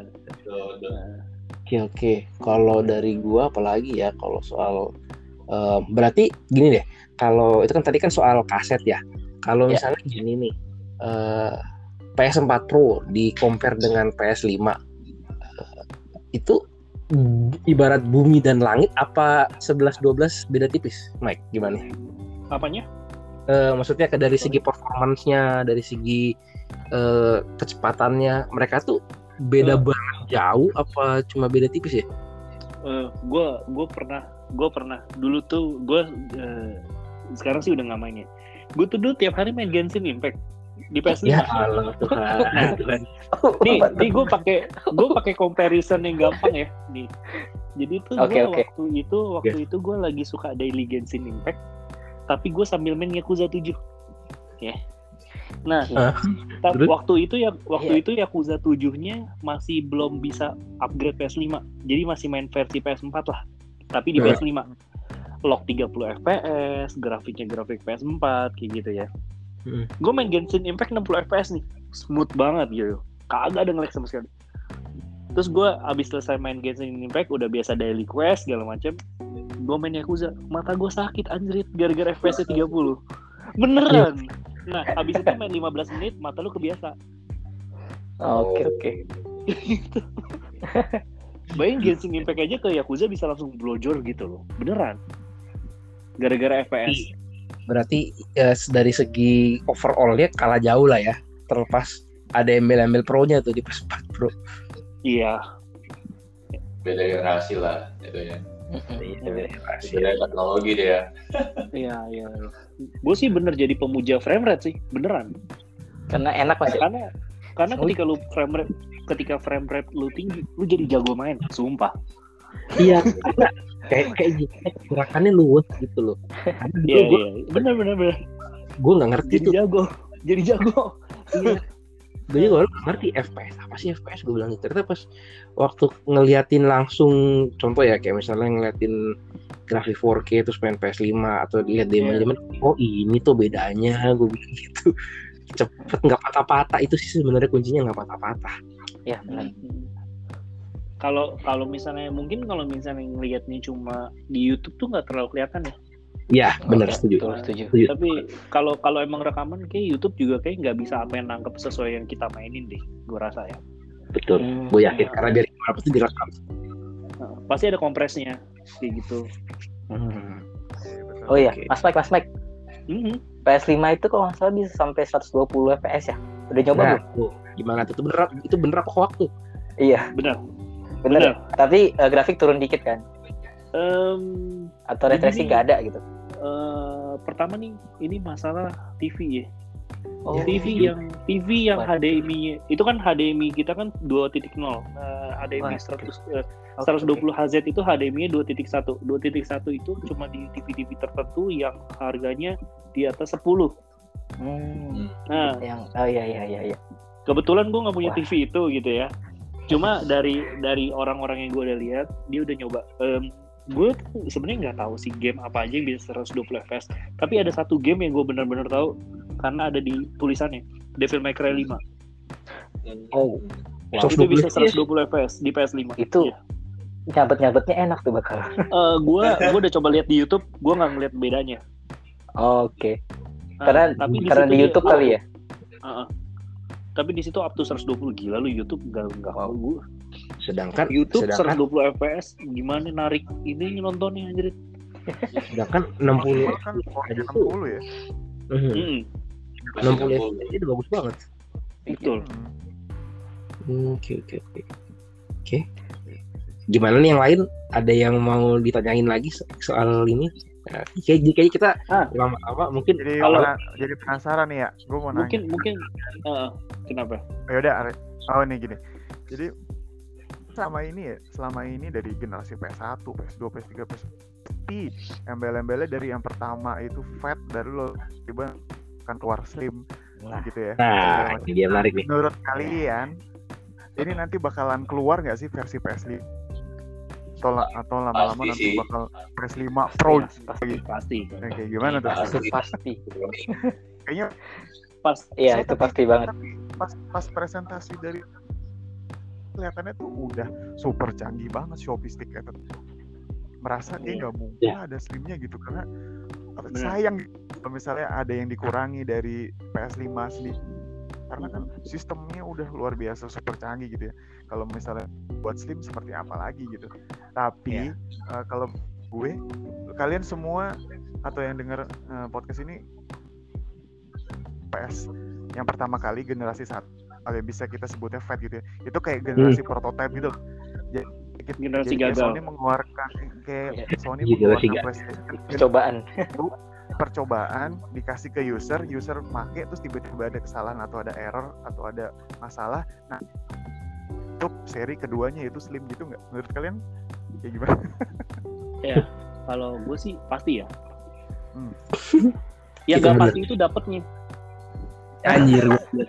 Oke. Kalau dari gua apalagi ya kalau soal berarti gini deh. Kalau itu kan tadi kan soal kaset ya. Kalau misalnya gini nih, PS4 Pro di compare dengan PS5, itu ibarat bumi dan langit apa 11-12 beda tipis, Mike? Gimana? Apanya? Maksudnya dari segi performance-nya, dari segi kecepatannya, mereka tuh beda banget jauh apa cuma beda tipis ya? Gue pernah dulu tuh sekarang sih udah nggak mainnya. Gue tuh dulu tiap hari main Genshin Impact di PS5. Ya Allah Tuhan. Nih gue pakai comparison yang gampang ya. Nih. Jadi tuh waktu itu gue lagi suka daily Genshin Impact, tapi gue sambil main Yakuza 7. Ya. Nah, waktu itu Yakuza 7-nya masih belum bisa upgrade PS5. Jadi masih main versi PS4 lah. Tapi di PS5. Lock 30 FPS, grafiknya grafik PS4 kayak gitu ya. Gue main Genshin Impact 60 FPS nih. Smooth banget gitu. Kagak ada nge-lag sama sekali. Terus gue abis selesai main Genshin Impact udah biasa daily quest segala macem. Gue main Yakuza, mata gue sakit anjrit gara-gara FPS-nya 30. Beneran. Nah, abis itu main 15 menit, mata lu kebiasa. Oke. Gitu. Bayangin Genshin Impact aja ke Yakuza bisa langsung blojor gitu loh. Beneran. Gara-gara FPS. Berarti dari segi overall-nya kalah jauh lah ya. Terlepas ada embel-embel Pro-nya tuh di PS4 Pro. Iya. Beda generasi lah itu ya. Beda teknologi dia. Iya. Gue sih bener jadi pemuja frame rate sih, beneran. Karena enak Mas. Karena ketika frame rate lu tinggi, lu jadi jago main, sumpah. Iya, karena kayak gerakannya luwes gitu loh. Iya, bener. Gue nggak ngerti jadi tuh. Jadi jago. Iya. Gue juga nggak ngerti FPS apa sih FPS, gue bilang gitu. Ternyata pas waktu ngeliatin langsung, contoh ya kayak misalnya ngeliatin grafik 4K terus main PS5 atau lihat demo-nya, oh ini tuh bedanya, gue bilang gitu. Cepet, nggak patah-patah, itu sih sebenarnya kuncinya, nggak patah-patah. Ya benar. Kalau misalnya ngelihatnya cuma di YouTube tuh nggak terlalu kelihatan ya. Iya, benar, setuju. Tapi kalau emang rekaman kayak YouTube juga kayak nggak bisa apa yang nangkep sesuai yang kita mainin deh, gue rasa ya. Betul, gue yakin karena biar gimana pasti direkam. Pasti ada kompresnya kayak gitu. Oh iya, Mas Mike. PS5 itu kalau nggak salah bisa sampai 120 fps ya. Udah nyoba belum? Gimana tuh? Itu bener apa hoax tuh? Iya, Benar. bener. Tapi grafik turun dikit kan? Atau ray tracing nggak ada gitu? Pertama nih, ini masalah TV ya. Oh, TV yang What? HDMI itu kan HDMI kita kan 2.0. HDMI 120 Hz itu HDMI 2.1. 2.1 itu cuma di TV-TV tertentu yang harganya di atas 10. Nah, yang iya. kebetulan gue nggak punya Wah. TV itu gitu ya. Cuma dari orang-orang yang gue udah lihat, dia udah nyoba. Gue sebenarnya nggak tahu sih game apa aja yang bisa 120 fps. Tapi ada satu game yang gue benar-benar tahu karena ada di tulisannya, Devil May Cry 5. Oh, Itu bisa 120 fps di PS5. Itu Iya. nyabet-nyabetnya enak tuh bakal. Gue udah coba lihat di YouTube, gue nggak ngeliat bedanya. Oke. Nah, Karena tapi di situ YouTube dia- kali ya. Tapi di situ up to 120, gila lu YouTube nggak mau gue. Sedangkan YouTube sedangkan 120 fps gimana narik ini nontonnya anjir. sedangkan 60 kan 60 ya. Mm-mm. 60 fps itu bagus banget. Betul. Oke. Gimana nih yang lain? Ada yang mau ditanyain lagi soal ini? Nah, kayaknya kita lama-lama mungkin Jadi penasaran nih ya. Gue mau nanya. Mungkin kenapa? Ya udah, ini gini. Jadi selama ini dari generasi PS1, PS2, PS3, PS4, embel-embelnya dari yang pertama itu fat, dari lo tiba kan keluar slim gitu ya. Nah, ini dia menarik nih. Menurut kalian ini nanti bakalan keluar nggak sih versi PS5? Atau lama-lama Pasti nanti sih. bakal PS5 Pro Pasti. kayak gimana tuh? Pasti. Kayaknya Iya, itu pasti banget. pas presentasi dari kelihatannya tuh udah super canggih banget Shopee Stick itu. Merasa kayak nggak mungkin ada slimnya gitu karena sayang kalau misalnya ada yang dikurangi dari PS5 sendiri. Karena kan sistemnya udah luar biasa super canggih gitu ya. Kalau misalnya buat slim seperti apa lagi gitu. Tapi kalau kalian semua atau yang denger podcast ini PS yang pertama kali generasi 1 yang bisa kita sebutnya fat gitu ya. Itu kayak generasi prototype gitu. Generasi Jadi gagal. Sony mengeluarkan Sony Generasi mengeluarkan gagal. PlayStation Percobaan. dikasih ke user pakai terus tiba-tiba ada kesalahan atau ada error atau ada masalah. Nah, untuk seri keduanya itu slim gitu nggak? Menurut kalian kayak gimana? Ya, kalau gue sih pasti ya. Itu Ya nggak bener. pasti itu dapetnya. Anjir.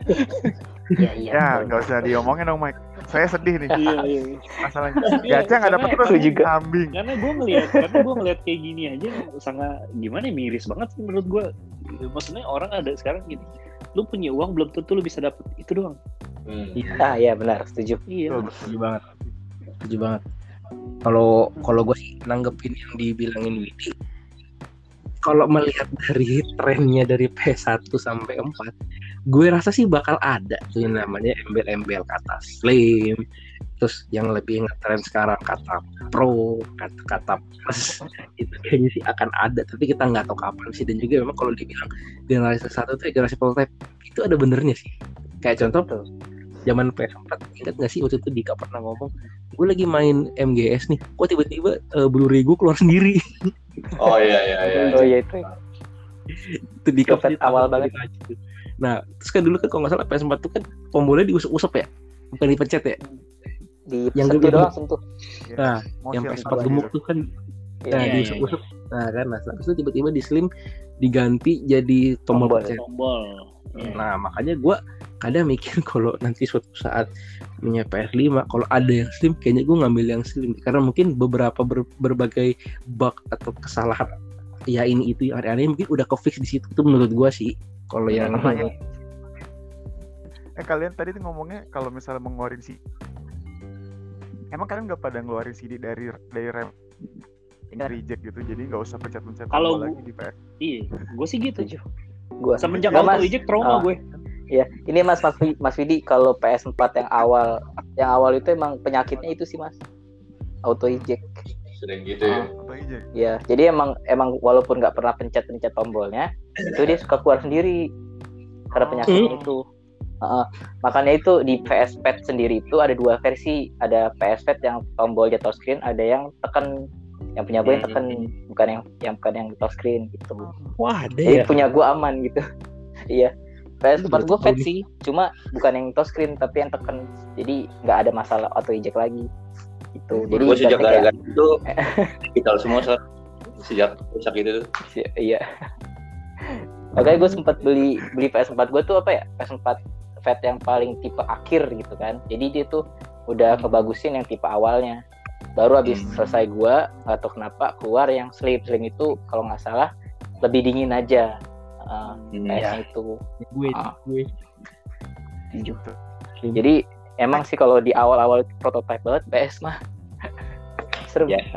Ya nggak usah diomongin dong Mike. Saya sedih nih Iya. masalahnya. Iya, Gacha nggak dapet terus aku nih, juga. kambing. Karena gue ngeliat kayak gini aja sangat gimana ya, miris banget sih menurut gue. Maksudnya orang ada sekarang gini, lu punya uang belum tentu lu bisa dapet itu doang. Iya benar, setuju. Iya. Setuju banget. Kalau gue sih nanggepin yang dibilangin Widi. Kalau melihat dari trennya dari PS1 sampai 4, gue rasa sih bakal ada tuh yang namanya embel-embel kata slim, terus yang lebih ngetren sekarang kata pro, kata plus, itu kayaknya sih akan ada, tapi kita nggak tahu kapan sih. Dan juga memang kalau dibilang generasi 1 itu generasi prototype, itu ada benernya sih. Kayak contoh zaman PS4, ingat nggak sih waktu itu Dika pernah ngomong, gue lagi main MGS nih, kok tiba-tiba Blu-ray gue keluar sendiri. Oh iya. Oh iya itu. Itu Dika Itu awal banget. Nah, terus kan dulu kan kalau nggak salah PS4 tuh kan tombolnya diusap-usap ya, bukan dipencet ya. Yang Sentuh gede. doang, sentuh. Nah, Motion yang PS4 gitu. gemuk tuh kan Iya. diusap-usap. Nah kan, terus itu tiba-tiba di slim diganti jadi tombol Tombol. pencet. Tombol. Nah, makanya gue kadang mikir kalau nanti suatu saat punya PS5, kalau ada yang slim, kayaknya gue ngambil yang slim karena mungkin beberapa berbagai bug atau kesalahan ya ini itu yang aneh-aneh mungkin udah ke-fix di situ. Itu menurut gue sih. Kalau yang Kalian tadi tuh ngomongnya kalau misalnya mau ngeluarin CD, emang kalian nggak pada ngeluarin CD dari rem reject gitu, jadi nggak usah pencet-pencet Kalau tombol lagi di PS. Iya, gue sih gitu. Setuju. Gua Semenjak Mas. auto eject trauma gue. Ya, ini Mas Widi, kalau PS4 yang awal itu emang penyakitnya itu sih Mas. Auto eject. Sering gitu ya. Atau eject. Ya, jadi emang walaupun nggak pernah pencet tombolnya, itu dia suka keluar sendiri karena penyakitnya itu. Makanya itu di PS Pad sendiri itu ada 2 versi, ada PS Pad yang tombolnya touchscreen, ada yang tekan, yang punya gue yang tekan, bukan yang touchscreen gitu. Wah, ada Jadi ya. punya gue aman gitu. Iya. PS4 gue fat sih, cuma bukan yang touchscreen tapi yang tekan. Jadi nggak ada masalah auto eject lagi. Gitu. Jadi Gue sejak ibaratnya gara-gara itu digital semua sejak rusak itu. Iya. Makanya gue sempat beli PS4 gue tuh apa ya? PS4 Fat yang paling tipe akhir gitu kan. Jadi dia tuh udah kebagusin yang tipe awalnya. Baru habis selesai gue nggak tahu kenapa keluar yang slim itu kalau nggak salah lebih dingin aja. PS-nya itu. Gue. Jadi emang sih kalau di awal-awal prototype banget PS mah serem. Biasa.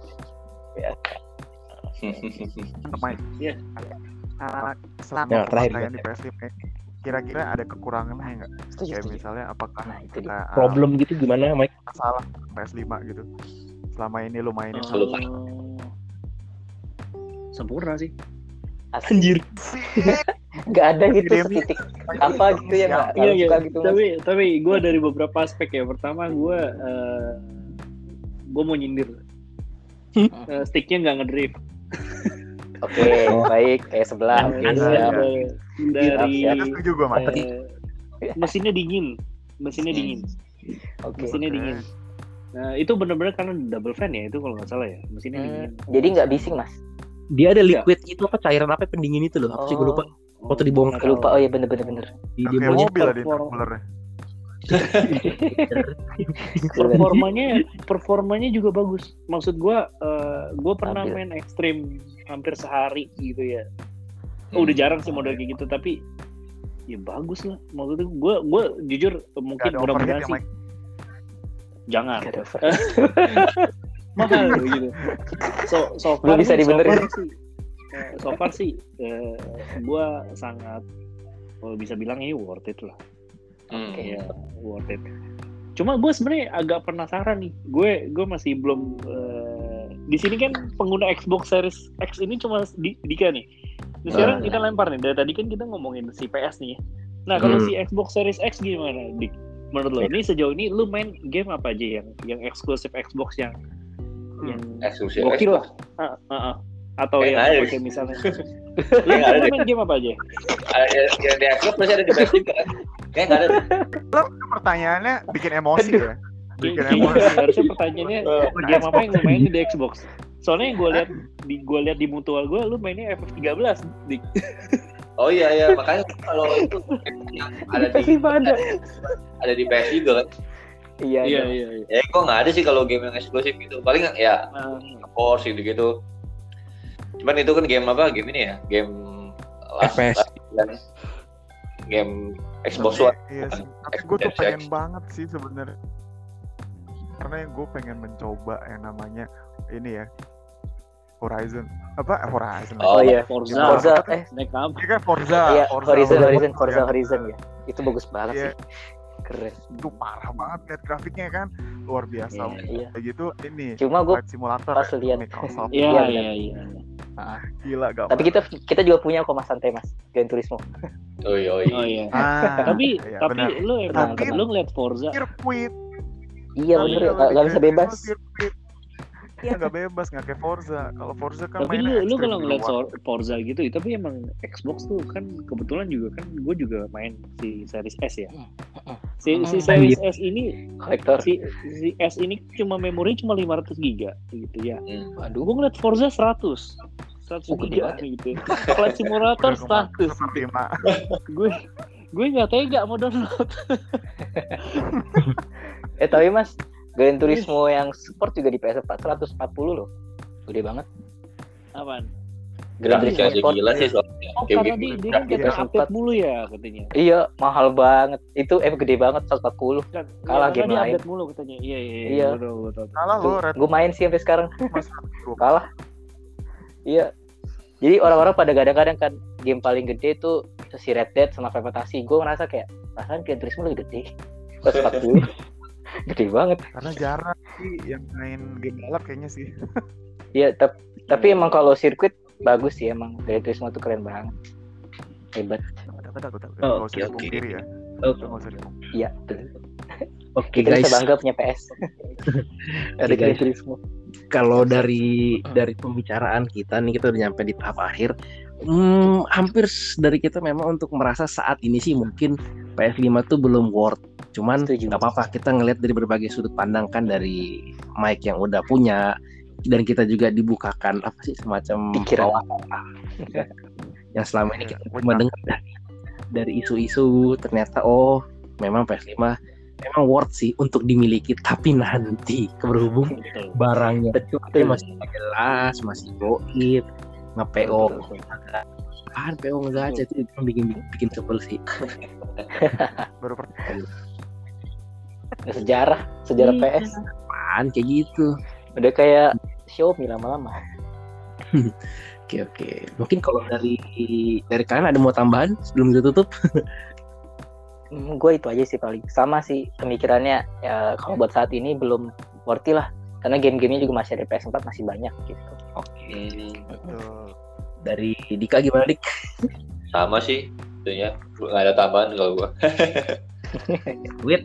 Iya. Selama terakhir, pemakaian di PS5 kira-kira ada kekurangannya nggak? Kayak Setuju. misalnya apakah Itu kita Problem gitu gimana, Mike? masalah PS5 gitu selama ini lu mainin Sempurna sih. Anjir. Nggak ada gitu setitik apa gitu ya nggak Iya. suka gitu. Tapi gue dari beberapa aspek ya. Pertama gue mau nyindir. Sticknya nggak ngedrift. Oke, baik. Sebelah. Oke, siap. Dari Siap. setuju gue Mas. mesinnya dingin. Mesinnya dingin. Oke. Nah itu benar-benar karena double fan ya itu kalau nggak salah ya. Mesinnya dingin. Jadi nggak bising mas? Dia ada liquid itu apa cairan apa pendingin itu loh. Apa sih gue lupa. Waktu dibongkar. Lupa. Oh iya bener. Di Kayak demonya mobil ada intercoolernya. performanya juga bagus. Maksud gue pernah main ekstrim hampir sehari gitu ya. Udah jarang sih model kayak gitu tapi ya bagus lah. Maksudnya gue jujur mungkin mudah-mudahan sih. Jangan. Mahal gitu. So far bisa dibenerin. So far sih gue sangat bisa bilang ini worth it lah. Oke. Ya, worth it. Cuma gue sebenarnya agak penasaran nih. Gue masih belum di sini kan pengguna Xbox Series X ini cuma Dika nih. Nah, sekarang kita lempar nih. Dari tadi kan kita ngomongin si PS nih. Nah, kalau si Xbox Series X gimana, Dik? Menurut lo, ini sejauh ini lu main game apa aja yang eksklusif Xbox yang Eksklusif gokil lah. Atau yang ada. kayak misalnya. Lu main game apa aja? Yang di Xbox masih ada di PS juga kan? Kayaknya nggak ada. Pertanyaannya bikin emosi ya. Bikin emosi. Harusnya pertanyaannya game apa yang lu main di Xbox? Soalnya yang gue lihat di mutual gue, lu mainnya FF13, Dik. Oh iya makanya kalau itu yang ada di PS juga kan. Iya. Ya kok nggak ada sih kalau game yang eksklusif gitu. Paling ya Force gitu. Cuman itu kan game apa? Game ini ya, game FPS. Game Xbox One. Iya sih. Tapi gue tuh pengen banget sih sebenarnya. Karena gue pengen mencoba yang namanya ini ya, Horizon. Oh iya. Forza. Naik apa? Iya kan Forza. Iya, Horizon ya. Itu bagus banget sih. Keren. Itu parah banget lihat grafiknya kan. Luar biasa. Iya. Kayak gitu ini. Cuma gue simulator pas lihat Microsoft. Iya. Gila gak. Tapi kita juga punya kok Mas santai Mas. Gran Turismo. Oh iya. Tapi benar. lu ngeliat Forza. Sirkuit. Iya bener. Gak bisa bebas. Iya nggak bebas, nggak kayak Forza. Kalau Forza kan Tapi mainnya lu ekstrim kalau ngeliat luar. Forza gitu, tapi emang Xbox tuh kan kebetulan juga kan gue juga main si Series S ya. Si Series S ini Kolektor. si S ini cuma memori cuma 500 giga gitu ya. Aduh. Gue ngeliat Forza 100 giga gitu. Flight Simulator 100. Gue nggak tega mau download. Tapi Mas, Gran Turismo yang support juga di PS4 140 loh. Gede banget. Apaan? Gran Turismo Sport. Gila sih soalnya. Oh, karena dia kan katanya update mulu ya katanya. Iya, mahal banget. Itu gede banget 140. Kalah game lain. Update mulu katanya. Iya. Betul. Kalah lo, Red. Gue main sih sampai sekarang. Mas, Kalah. Iya. Jadi orang-orang pada kadang-kadang kan game paling gede tuh si Red Dead sama Final Fantasy. Gue ngerasa kayak perasaan Gran Turismo lebih gede. 140. Gede banget. Karena jarang sih yang main game balap kayaknya sih. Iya, tapi emang kalau sirkuit bagus sih emang. Gran Turismo tuh keren banget. Hebat. Oke. Ya. Oh, Itu nggak usah diomong. Iya, betul. Oke Kita guys, bisa bangga punya PS. Ada guys. Gran Turismo. kalau dari pembicaraan kita nih, kita udah nyampe di tahap akhir. Hampir dari kita memang untuk merasa saat ini sih mungkin PS5 tuh belum worth. Cuman Setuju. nggak apa-apa, kita ngelihat dari berbagai sudut pandang kan, dari Mike yang udah punya, dan kita juga dibukakan apa sih semacam Pikiran. wawasan yang selama ini Iya, kita cuma dengar dari isu-isu. Ternyata memang PS5 memang worth sih untuk dimiliki, tapi nanti berhubung Betul. barangnya Betul. masih nggak jelas, masih goib, nge-PO, apaan PO ngegacha, itu yang bikin sebel sih. Baru Sejarah Iya. PS. Apaan kayak gitu. Udah kayak Xiaomi lama-lama. Oke. Mungkin kalau dari kalian ada mau tambahan sebelum ditutup? Gue itu aja sih paling. Sama sih pemikirannya. Ya, kalau buat saat ini belum worthy lah. Karena game-gamenya juga masih ada PS4 masih banyak gitu. Oke. betul. Dari Dika gimana, Dik? Sama sih, tentunya nggak ada tambahan kalau gua. Wait.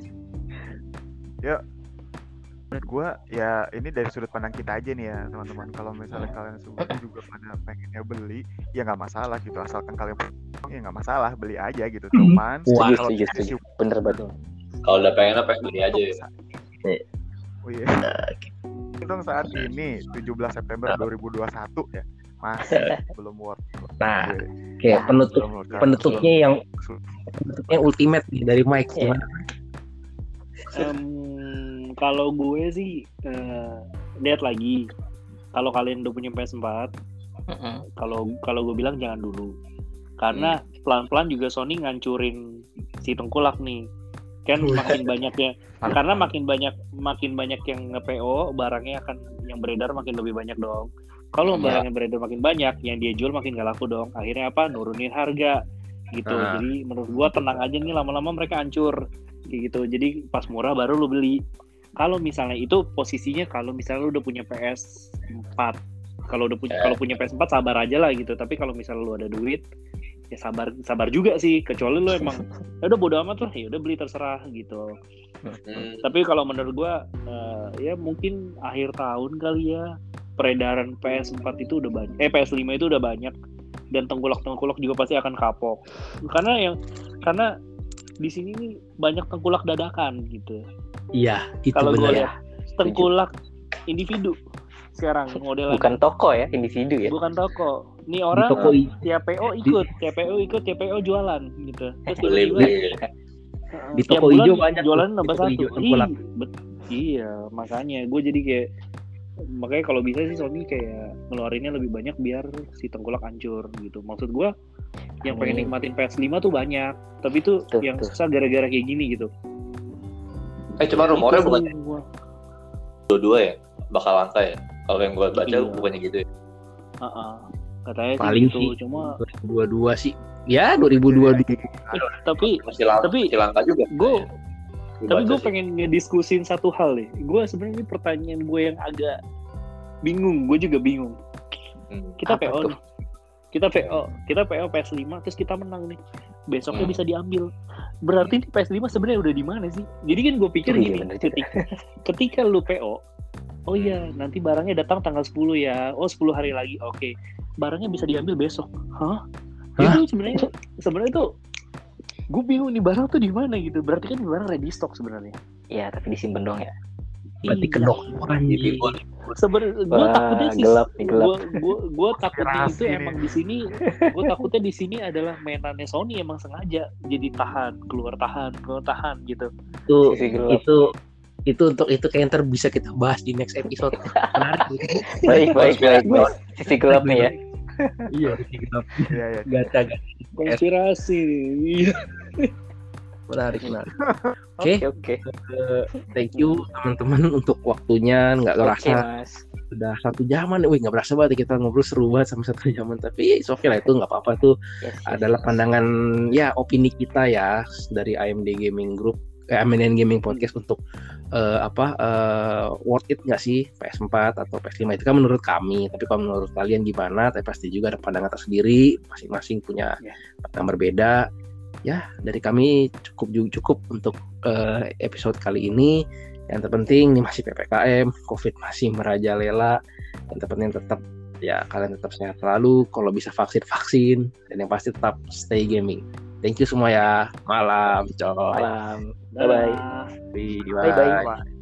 Menurut gue ya ini dari sudut pandang kita aja nih ya teman-teman. Kalau misalnya kalian semua juga pada pengennya beli, ya nggak masalah gitu, asalkan kalian ya nggak masalah, beli aja gitu. Cuman Wah, kalau setuju. Bener banget. Kalau udah pengen apa beli aja ya. Oh iya. Hitung saat ini 17 September 2021 ya, masih belum worth. Nah, Gue- kayak belum worth. penutupnya yang ultimate nih dari Mike gimana? Kalau gue sih lihat lagi. Kalau kalian udah punya PS4, kalau gue bilang jangan dulu. Karena pelan-pelan juga Sony ngancurin si tengkulak nih. Kan makin banyaknya, karena makin banyak yang nge-PO, barangnya akan yang beredar makin lebih banyak dong. Kalau barangnya beredar makin banyak, yang dia jual makin gak laku dong. Akhirnya apa? Nurunin harga gitu. Jadi menurut gua tenang aja nih, lama-lama mereka hancur kayak gitu. Jadi pas murah baru lu beli. Kalau misalnya itu posisinya, kalau misalnya lu udah punya PS4, kalau punya PS4 sabar aja lah gitu. Tapi kalau misalnya lu ada duit, ya sabar juga sih. Kecuali lu emang ya udah bodo amat lah, ya udah beli terserah gitu. Tapi kalau menurut gua ya mungkin akhir tahun kali ya, peredaran PS4 itu udah banyak, PS5 itu udah banyak, dan tengkulak juga pasti akan kapok. Karena di sini nih banyak tengkulak dadakan gitu. Iya, itu Kalau gue benar. lihat tengkulak individu sekarang modelan. Bukan toko ya, individu ya. Bukan toko. Nih Di orang toko tiap PO ikut, tiap PO jualan gitu. Terus Beli. Di tiap toko bulan hijau banyak jualan tuh, nambah di toko satu. hijau tengkulak. Iya, makanya gue jadi kayak, makanya kalau bisa sih Sony kayak ngeluarinnya lebih banyak biar si tengkulak hancur gitu. Maksud gue yang pengen nikmatin PS5 tuh banyak, tapi tuh yang susah gara-gara kayak gini gitu. Cuma rumornya Itu bukan gua. dua-dua ya bakal langka ya. Kalau yang gue baca bukannya gitu ya. Katanya Paling sih gitu, cuma 2022 sih. Ya, 2022. tapi Masih langka juga. Gue pengen ngediskusin satu hal nih. Gue sebenarnya ini pertanyaan gue yang agak bingung. Gue juga bingung. Kita Apa PO tuh? nih. Kita PO PS5 terus kita menang nih. Besoknya bisa diambil. Berarti nih PS5 sebenarnya udah di mana sih? Jadi kan gue pikir gini, ketika lu PO, oh iya, nanti barangnya datang tanggal 10 ya. Oh, 10 hari lagi. Oke. Barangnya bisa diambil besok. Hah? Itu sebenarnya tuh gue bingung nih, barang tuh di mana gitu. Berarti kan barang ready stock sebenarnya. Iya, tapi disimpan dong ya. Berarti kedokteran nih. Sebenarnya gue takutnya sih, gelap. gue takutnya itu emang di sini. Gue takutnya di sini adalah mainannya Sony emang sengaja jadi keluar tahan gitu. Itu kayak ntar bisa kita bahas di next episode. Menarik. Baik. Sisi gelap nih ya. Iya, sisi gelap. Iya. Gacha. Konspirasi. Iya. Menarik. Oke. Thank you teman-teman untuk waktunya. Nggak kerasa Mas. sudah 1 jaman. Nggak berasa banget kita ngobrol seru banget sama 1 jaman. Tapi it's okay lah, itu nggak apa-apa tuh. Adalah pandangan ya, opini kita ya dari AMD Gaming Group, AMD Gaming Podcast untuk worth it nggak sih PS4 atau PS5, itu kan menurut kami. Tapi kalau menurut kalian gimana? Tapi pasti juga ada pandangan tersendiri, masing-masing punya pandangan berbeda. Ya, dari kami cukup untuk episode kali ini. Yang terpenting ini masih PPKM, COVID masih merajalela. Yang terpenting tetap ya kalian tetap sehat selalu. Kalau bisa vaksin, dan yang pasti tetap stay gaming. Thank you semua ya. Malam, coy. Malam. Bye bye. Bye bye.